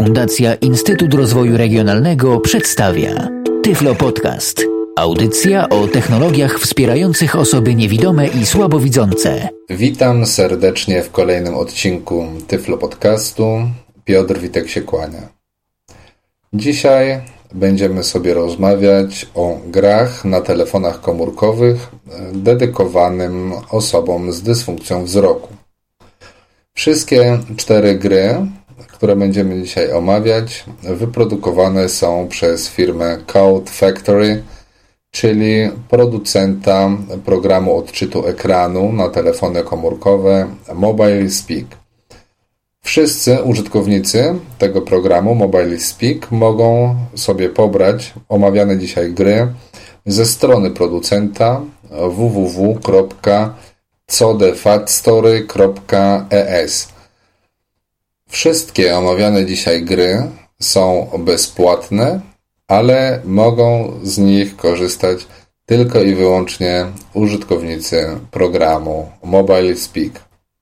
Fundacja Instytut Rozwoju Regionalnego przedstawia Tyflo Podcast. Audycja o technologiach wspierających osoby niewidome i słabowidzące. Witam serdecznie w kolejnym odcinku Tyflo Podcastu. Piotr Witek się kłania. Dzisiaj będziemy sobie rozmawiać o grach na telefonach komórkowych dedykowanym osobom z dysfunkcją wzroku. Wszystkie 4 gry, które będziemy dzisiaj omawiać, wyprodukowane są przez firmę Code Factory, czyli producenta programu odczytu ekranu na telefony komórkowe Mobile Speak. Wszyscy użytkownicy tego programu Mobile Speak mogą sobie pobrać omawiane dzisiaj gry ze strony producenta www.codefatstory.es. Wszystkie omawiane dzisiaj gry są bezpłatne, ale mogą z nich korzystać tylko i wyłącznie użytkownicy programu Mobile Speak.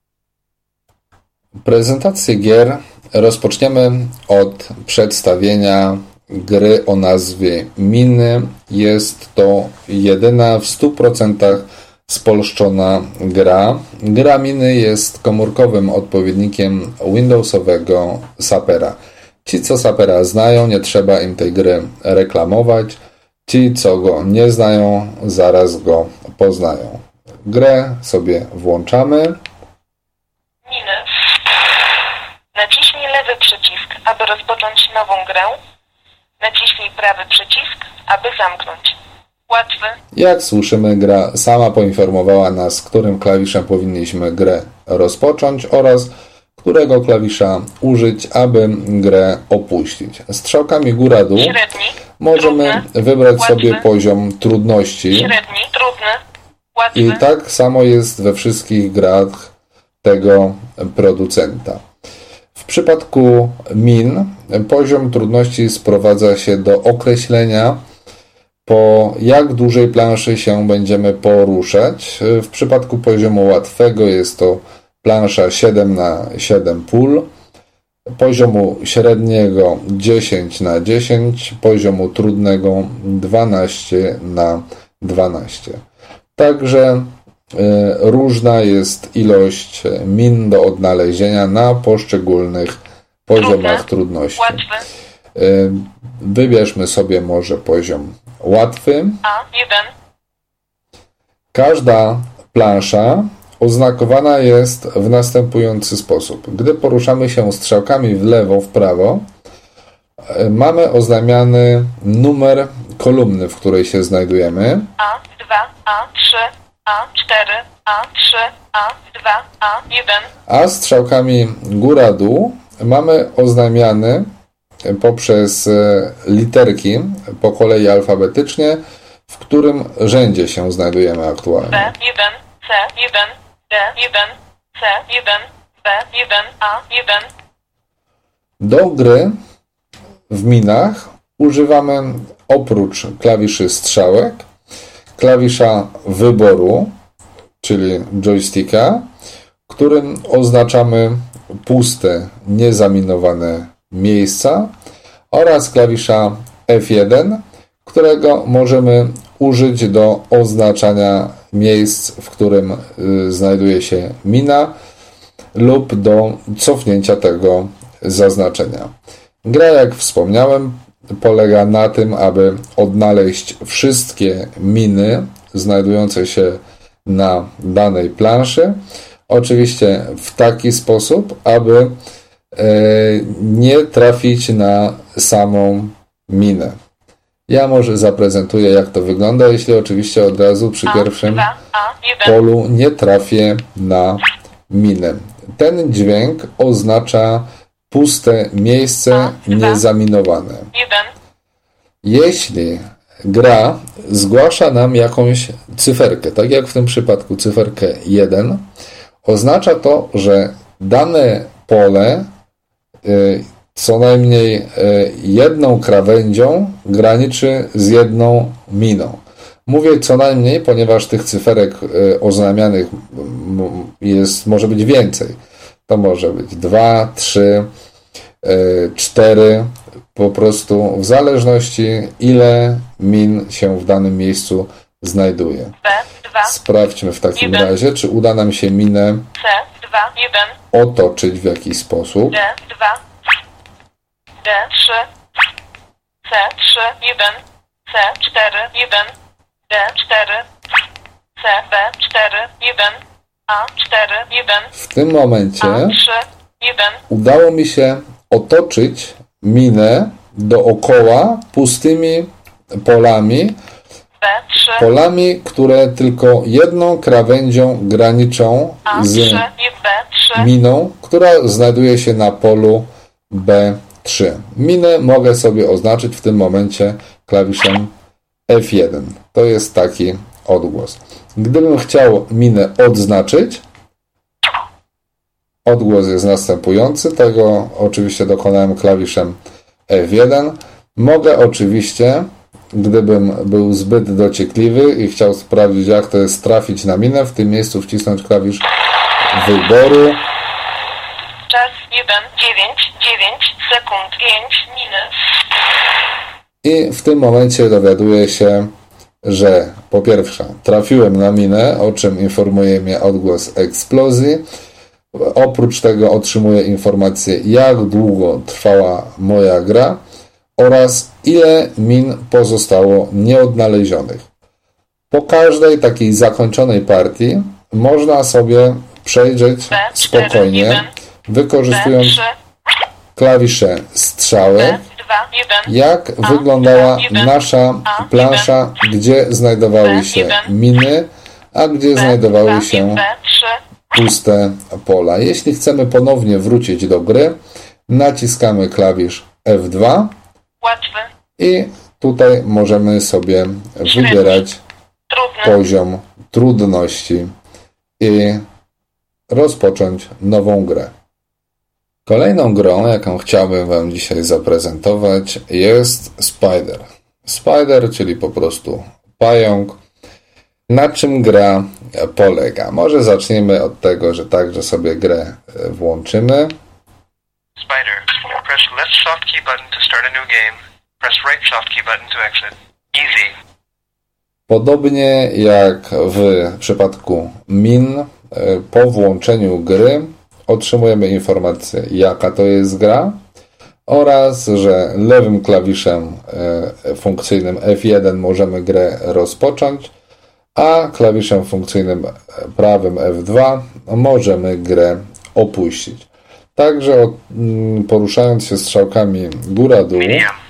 Prezentację gier rozpoczniemy od przedstawienia gry o nazwie Miny. Jest to jedyna w 100% spolszczona gra. Gra Miny jest komórkowym odpowiednikiem Windowsowego Sapera. Ci, co Sapera znają, nie trzeba im tej gry reklamować. Ci, co go nie znają, zaraz go poznają. Grę sobie włączamy. Miny. Naciśnij lewy przycisk, aby rozpocząć nową grę. Naciśnij prawy przycisk, aby zamknąć. Łatwy. Jak słyszymy, gra sama poinformowała nas, którym klawiszem powinniśmy grę rozpocząć oraz którego klawisza użyć, aby grę opuścić. Strzałkami góra-dół możemy wybrać sobie poziom trudności. Średni, trudny, łatwy. I tak samo jest we wszystkich grach tego producenta. W przypadku min poziom trudności sprowadza się do określenia, po jak dużej planszy się będziemy poruszać. W przypadku poziomu łatwego jest to plansza 7x7 pól, poziomu średniego 10x10, poziomu trudnego 12x12. Także różna jest ilość min do odnalezienia na poszczególnych poziomach trudności. Wybierzmy sobie może poziom łatwy. A1. Każda plansza oznakowana jest w następujący sposób. Gdy poruszamy się strzałkami w lewo, w prawo, mamy oznamiany numer kolumny, w której się znajdujemy. A2, A3, A4, A3, A2, A1. A strzałkami góra-dół mamy oznamiany poprzez literki po kolei alfabetycznie, w którym rzędzie się znajdujemy aktualnie. B1, C1, D1, C1, B1, A1. Do gry w minach używamy oprócz klawiszy strzałek, klawisza wyboru, czyli joysticka, którym oznaczamy puste, niezaminowane miejsca, oraz klawisza F1, którego możemy użyć do oznaczania miejsc, w którym znajduje się mina, lub do cofnięcia tego zaznaczenia. Gra, jak wspomniałem, polega na tym, aby odnaleźć wszystkie miny znajdujące się na danej planszy. Oczywiście w taki sposób, aby nie trafić na samą minę. Ja może zaprezentuję, jak to wygląda, jeśli oczywiście od razu przy pierwszym polu nie trafię na minę. Ten dźwięk oznacza puste miejsce niezaminowane. Jeśli gra zgłasza nam jakąś cyferkę, tak jak w tym przypadku cyferkę 1, oznacza to, że dane pole co najmniej jedną krawędzią graniczy z jedną miną. Mówię co najmniej, ponieważ tych cyferek oznamianych może być więcej. To może być 2, 3, 4, po prostu w zależności ile min się w danym miejscu znajduje. B2. Sprawdźmy w takim razie, czy uda nam się minę C2. 1. otoczyć w jakiś sposób. D2. D3. C3. 1. C4. 1. D4. CB4. 1. A4. 1. W tym momencie A3. 1. udało mi się otoczyć minę dookoła pustymi polami, B3. polami, które tylko jedną krawędzią graniczą z A3. B3. miną, która znajduje się na polu B3. Minę mogę sobie oznaczyć w tym momencie klawiszem F1. To jest taki odgłos. Gdybym chciał minę odznaczyć, odgłos jest następujący. Tego oczywiście dokonałem klawiszem F1. Mogę oczywiście, gdybym był zbyt dociekliwy i chciał sprawdzić, jak to jest trafić na minę, w tym miejscu wcisnąć klawisz wyboru. Czas 1. 9 sekund. 5 minut. I w tym momencie dowiaduję się, że po pierwsze trafiłem na minę, o czym informuje mnie odgłos eksplozji. Oprócz tego otrzymuję informację, jak długo trwała moja gra oraz ile min pozostało nieodnalezionych. Po każdej takiej zakończonej partii można sobie przejrzeć spokojnie, wykorzystując klawisze strzałek, jak wyglądała nasza plansza, gdzie znajdowały się miny, a gdzie znajdowały się puste pola. Jeśli chcemy ponownie wrócić do gry, naciskamy klawisz F2 i tutaj możemy sobie wybierać poziom trudności i rozpocząć nową grę. Kolejną grą, jaką chciałbym Wam dzisiaj zaprezentować, jest Spider. Spider, czyli po prostu pająk. Na czym gra polega? Może zaczniemy od tego, że także sobie grę włączymy. Spider. Press left soft key button to start a new game. Press right soft key button to exit. Easy. Podobnie jak w przypadku min, po włączeniu gry otrzymujemy informację, jaka to jest gra oraz, że lewym klawiszem funkcyjnym F1 możemy grę rozpocząć, a klawiszem funkcyjnym prawym F2 możemy grę opuścić. Także poruszając się strzałkami góra-dół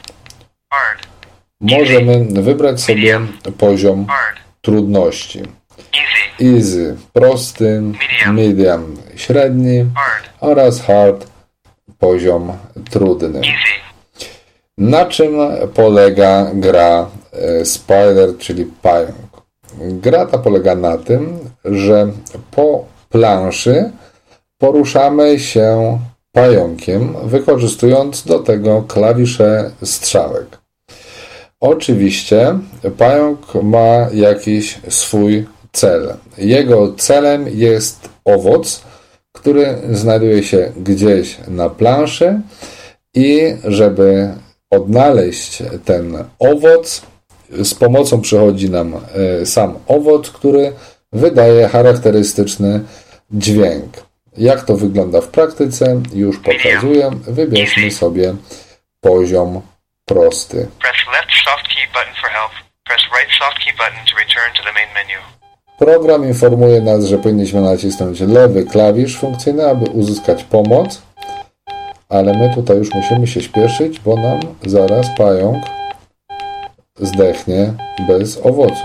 możemy wybrać sobie poziom trudności. Easy, prosty, medium, średni oraz hard, poziom trudny. Na czym polega gra Spider, czyli pająk? Gra ta polega na tym, że po planszy poruszamy się pająkiem, wykorzystując do tego klawisze strzałek. Oczywiście pająk ma jakiś swój cel. Jego celem jest owoc, który znajduje się gdzieś na planszy i żeby odnaleźć ten owoc, z pomocą przychodzi nam sam owoc, który wydaje charakterystyczny dźwięk. Jak to wygląda w praktyce? Już pokazuję. Wybierzmy sobie poziom prosty. Press left soft key button for help. Press right soft key button to return to the main menu. Program informuje nas, że powinniśmy nacisnąć lewy klawisz funkcyjny, aby uzyskać pomoc, ale my tutaj już musimy się śpieszyć, bo nam zaraz pająk zdechnie bez owocu.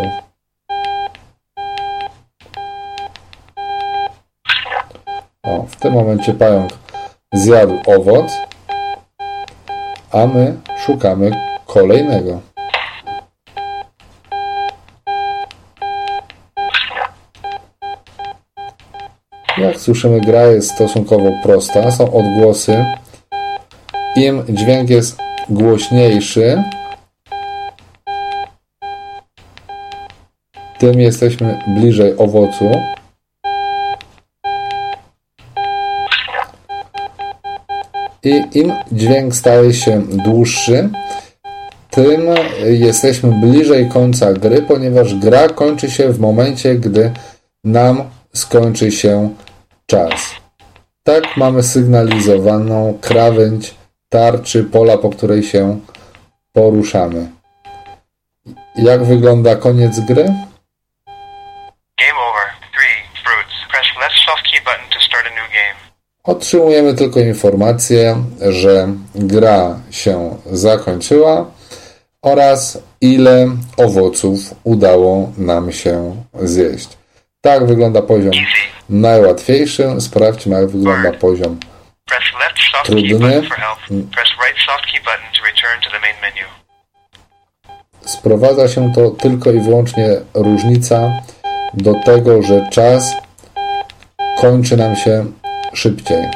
O, w tym momencie pająk zjadł owoc, a my szukamy kolejnego. Jak słyszymy, gra jest stosunkowo prosta. Są odgłosy. Im dźwięk jest głośniejszy, tym jesteśmy bliżej owocu. I im dźwięk staje się dłuższy, tym jesteśmy bliżej końca gry, ponieważ gra kończy się w momencie, gdy nam skończy się czas. Tak mamy sygnalizowaną krawędź tarczy, pola, po której się poruszamy. Jak wygląda koniec gry? Game over. 3 fruits. Press left soft key button to start a new game. Otrzymujemy tylko informację, że gra się zakończyła oraz ile owoców udało nam się zjeść. Tak wygląda poziom najłatwiejszy. Sprawdźmy, jak wygląda poziom Press left soft key trudny. button for help. Press right soft key button to return to the main menu. Sprowadza się to tylko i wyłącznie różnica do tego, że czas kończy nam się szybciej.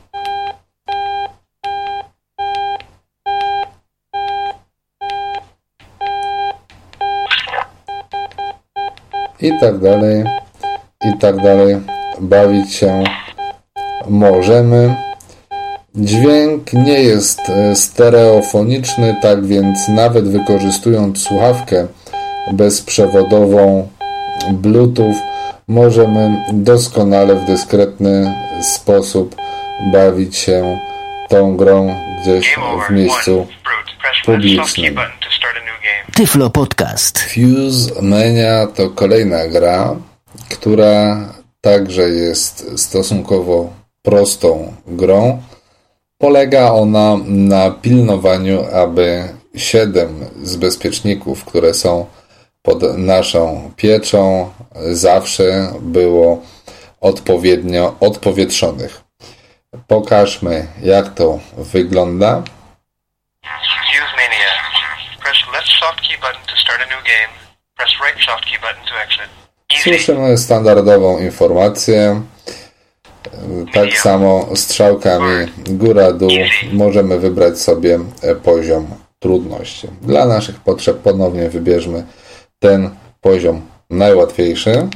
I tak dalej, i tak dalej. Bawić się możemy. Dźwięk nie jest stereofoniczny, tak więc nawet wykorzystując słuchawkę bezprzewodową Bluetooth możemy doskonale w dyskretny sposób bawić się tą grą gdzieś w miejscu publicznym. Tyflo Podcast. Fuse Mania to kolejna gra, która także jest stosunkowo prostą grą. Polega ona na pilnowaniu, aby 7 z bezpieczników, które są pod naszą pieczą, zawsze było odpowiednio odpowietrzonych. Pokażmy, jak to wygląda. Fuse Mania. Press left soft key button to start a new game. Press right soft key button to exit. Słyszymy standardową informację. Tak samo strzałkami góra-dół możemy wybrać sobie poziom trudności. Dla naszych potrzeb ponownie wybierzmy ten poziom najłatwiejszy.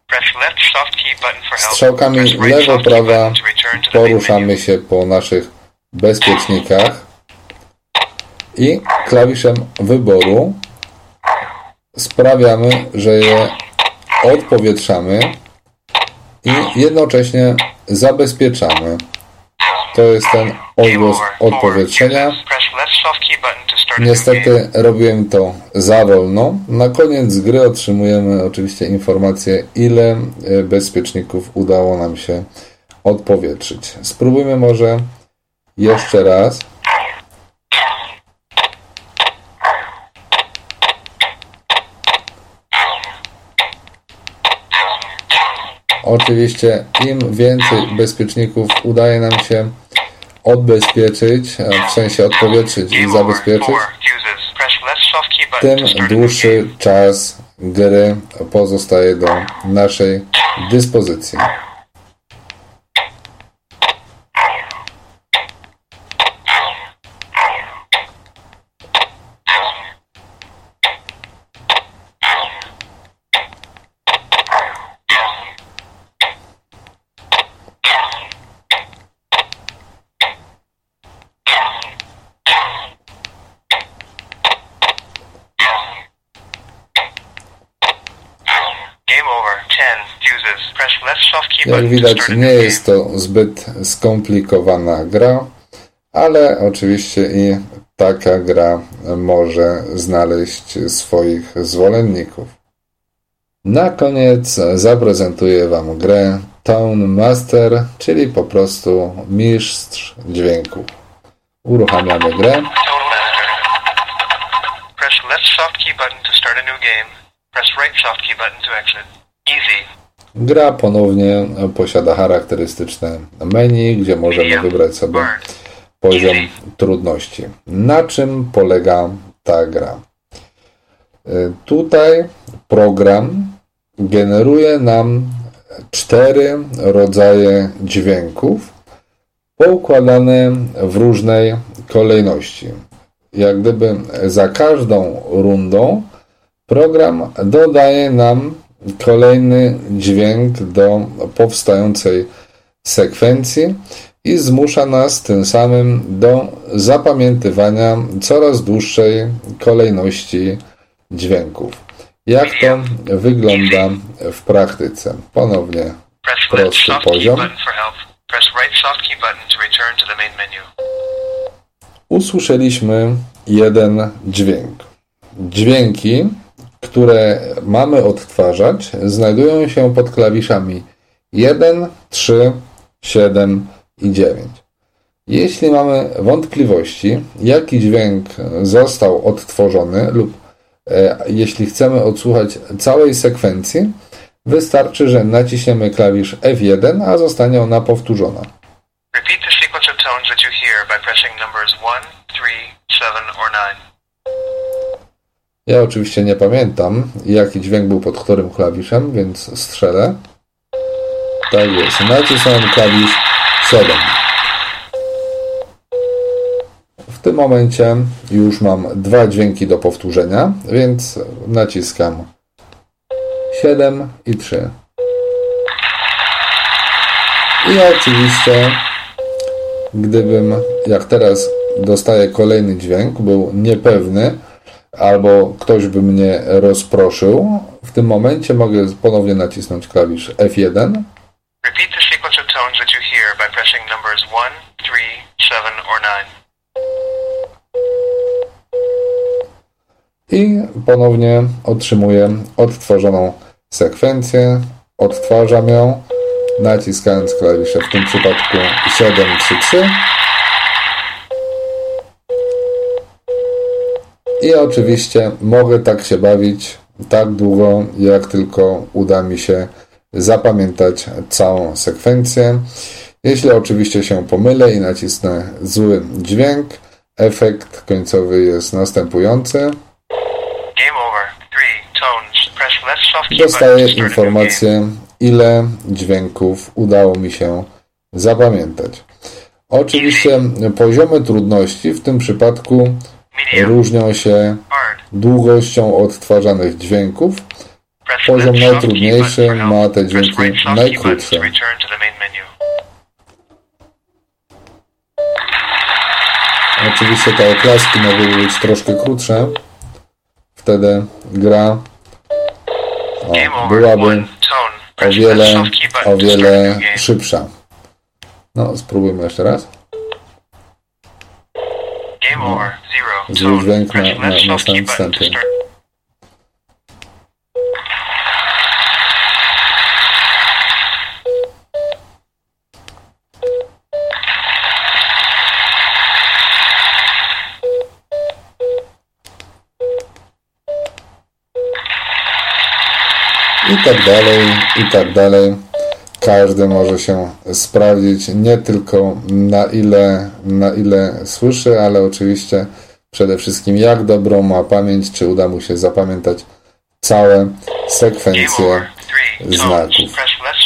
Strzałkami lewo-prawa poruszamy się po naszych bezpiecznikach i klawiszem wyboru sprawiamy, że je odpowietrzamy i jednocześnie zabezpieczamy. To jest ten odgłos odpowietrzenia. Niestety robiłem to za wolno. Na koniec gry otrzymujemy oczywiście informację, ile bezpieczników udało nam się odpowietrzyć. Spróbujmy może jeszcze raz. Oczywiście im więcej bezpieczników udaje nam się odbezpieczyć, w sensie odpowietrzyć i zabezpieczyć, tym dłuższy czas gry pozostaje do naszej dyspozycji. Jak widać, nie jest to zbyt skomplikowana gra, ale oczywiście i taka gra może znaleźć swoich zwolenników. Na koniec zaprezentuję Wam grę Tone Master, czyli po prostu mistrz dźwięków. Uruchamiamy grę. Press left soft key button to start a new game. Press right soft key button to exit. Easy. Gra ponownie posiada charakterystyczne menu, gdzie możemy wybrać sobie poziom trudności. Na czym polega ta gra? Tutaj program generuje nam 4 rodzaje dźwięków poukładane w różnej kolejności. Jak gdyby za każdą rundą program dodaje nam kolejny dźwięk do powstającej sekwencji i zmusza nas tym samym do zapamiętywania coraz dłuższej kolejności dźwięków. Jak to wygląda w praktyce? Ponownie prosty poziom. Usłyszeliśmy jeden dźwięk. Dźwięki, które mamy odtwarzać, znajdują się pod klawiszami 1, 3, 7 i 9. Jeśli mamy wątpliwości, jaki dźwięk został odtworzony lub jeśli chcemy odsłuchać całej sekwencji, wystarczy, że naciśniemy klawisz F1, a zostanie ona powtórzona. Repeat the sequence of tones that you hear by pressing numbers 1, 3, 7 or 9. Ja oczywiście nie pamiętam, jaki dźwięk był pod którym klawiszem, więc strzelę. Tak jest. Nacisnąłem klawisz 7. W tym momencie już mam 2 dźwięki do powtórzenia, więc naciskam 7 i 3. I oczywiście, gdybym, jak teraz dostaję kolejny dźwięk, był niepewny, albo ktoś by mnie rozproszył, w tym momencie mogę ponownie nacisnąć klawisz F1. Repeat the sequence of tones that you hear by pressing numbers 1, 3, 7 or 9. I ponownie otrzymuję odtworzoną sekwencję, odtwarzam ją, naciskając klawisze, w tym przypadku 7, 3, 3. I oczywiście mogę tak się bawić tak długo, jak tylko uda mi się zapamiętać całą sekwencję. Jeśli oczywiście się pomylę i nacisnę zły dźwięk, efekt końcowy jest następujący. Dostaję informację, ile dźwięków udało mi się zapamiętać. Oczywiście poziomy trudności w tym przypadku różnią się długością odtwarzanych dźwięków. Poziom najtrudniejszy ma te dźwięki najkrótsze. Oczywiście te oklaski mogły być troszkę krótsze. Wtedy gra byłaby o wiele szybsza. No, spróbujmy jeszcze raz. Zły dźwięk na samym wstępie. I tak dalej. Każdy może się sprawdzić nie tylko na ile słyszy, ale oczywiście przede wszystkim jak dobrą ma pamięć, czy uda mu się zapamiętać całe sekwencje znaków.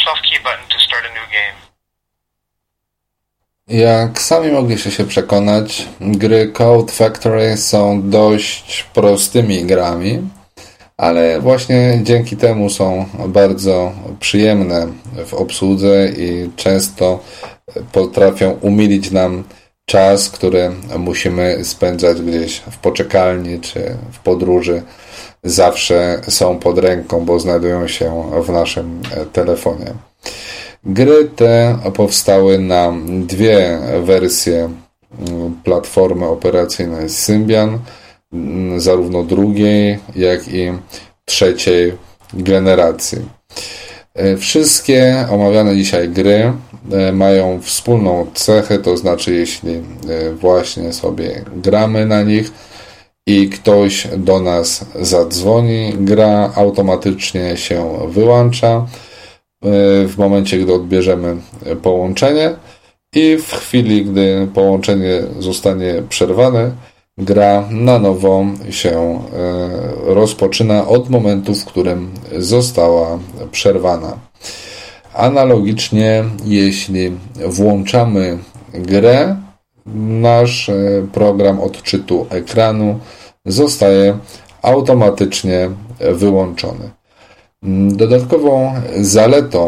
Jak sami mogliście się przekonać, gry Code Factory są dość prostymi grami, ale właśnie dzięki temu są bardzo przyjemne w obsłudze i często potrafią umilić nam czas, który musimy spędzać gdzieś w poczekalni czy w podróży. Zawsze są pod ręką, bo znajdują się w naszym telefonie. Gry te powstały na 2 wersje platformy operacyjnej Symbian, zarówno drugiej, jak i trzeciej generacji. Wszystkie omawiane dzisiaj gry mają wspólną cechę, to znaczy jeśli właśnie sobie gramy na nich i ktoś do nas zadzwoni, gra automatycznie się wyłącza w momencie, gdy odbierzemy połączenie i w chwili, gdy połączenie zostanie przerwane, gra na nowo się rozpoczyna od momentu, w którym została przerwana. Analogicznie, jeśli włączamy grę, nasz program odczytu ekranu zostaje automatycznie wyłączony. Dodatkową zaletą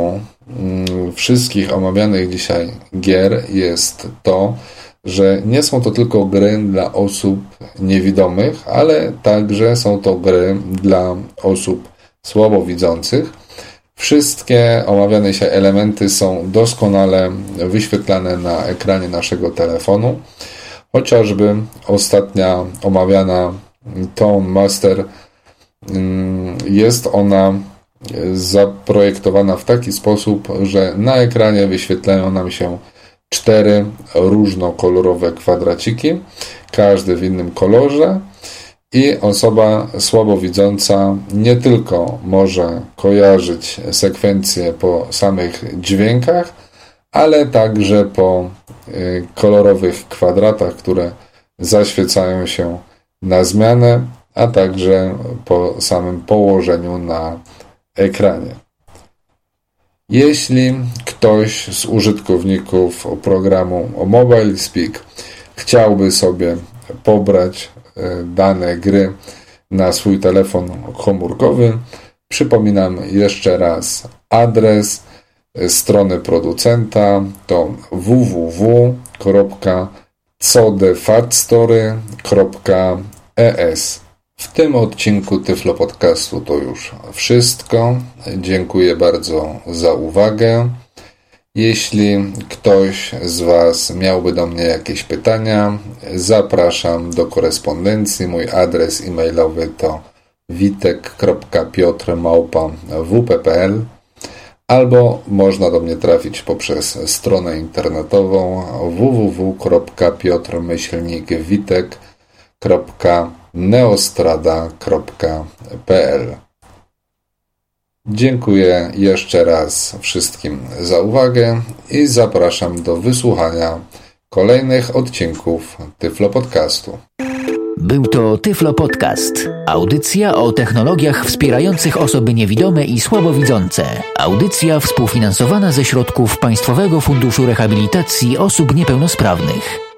wszystkich omawianych dzisiaj gier jest to, że nie są to tylko gry dla osób niewidomych, ale także są to gry dla osób słabowidzących. Wszystkie omawiane dzisiaj elementy są doskonale wyświetlane na ekranie naszego telefonu. Chociażby ostatnia omawiana Tone Master, jest ona zaprojektowana w taki sposób, że na ekranie wyświetlają nam się 4 różnokolorowe kwadraciki, każdy w innym kolorze, i osoba słabowidząca nie tylko może kojarzyć sekwencje po samych dźwiękach, ale także po kolorowych kwadratach, które zaświecają się na zmianę, a także po samym położeniu na ekranie. Jeśli ktoś z użytkowników programu Mobile Speak chciałby sobie pobrać dane gry na swój telefon komórkowy, przypominam jeszcze raz adres strony producenta to www.codefatstory.es. W tym odcinku Tyflo Podcastu to już wszystko. Dziękuję bardzo za uwagę. Jeśli ktoś z Was miałby do mnie jakieś pytania, zapraszam do korespondencji. Mój adres e-mailowy to witek.piotrmałpa.wp.pl albo można do mnie trafić poprzez stronę internetową www.piotrmyślnik-witek.neostrada.pl. Dziękuję jeszcze raz wszystkim za uwagę i zapraszam do wysłuchania kolejnych odcinków Tyflo Podcastu. Był to Tyflo Podcast. Audycja o technologiach wspierających osoby niewidome i słabowidzące. Audycja współfinansowana ze środków Państwowego Funduszu Rehabilitacji Osób Niepełnosprawnych.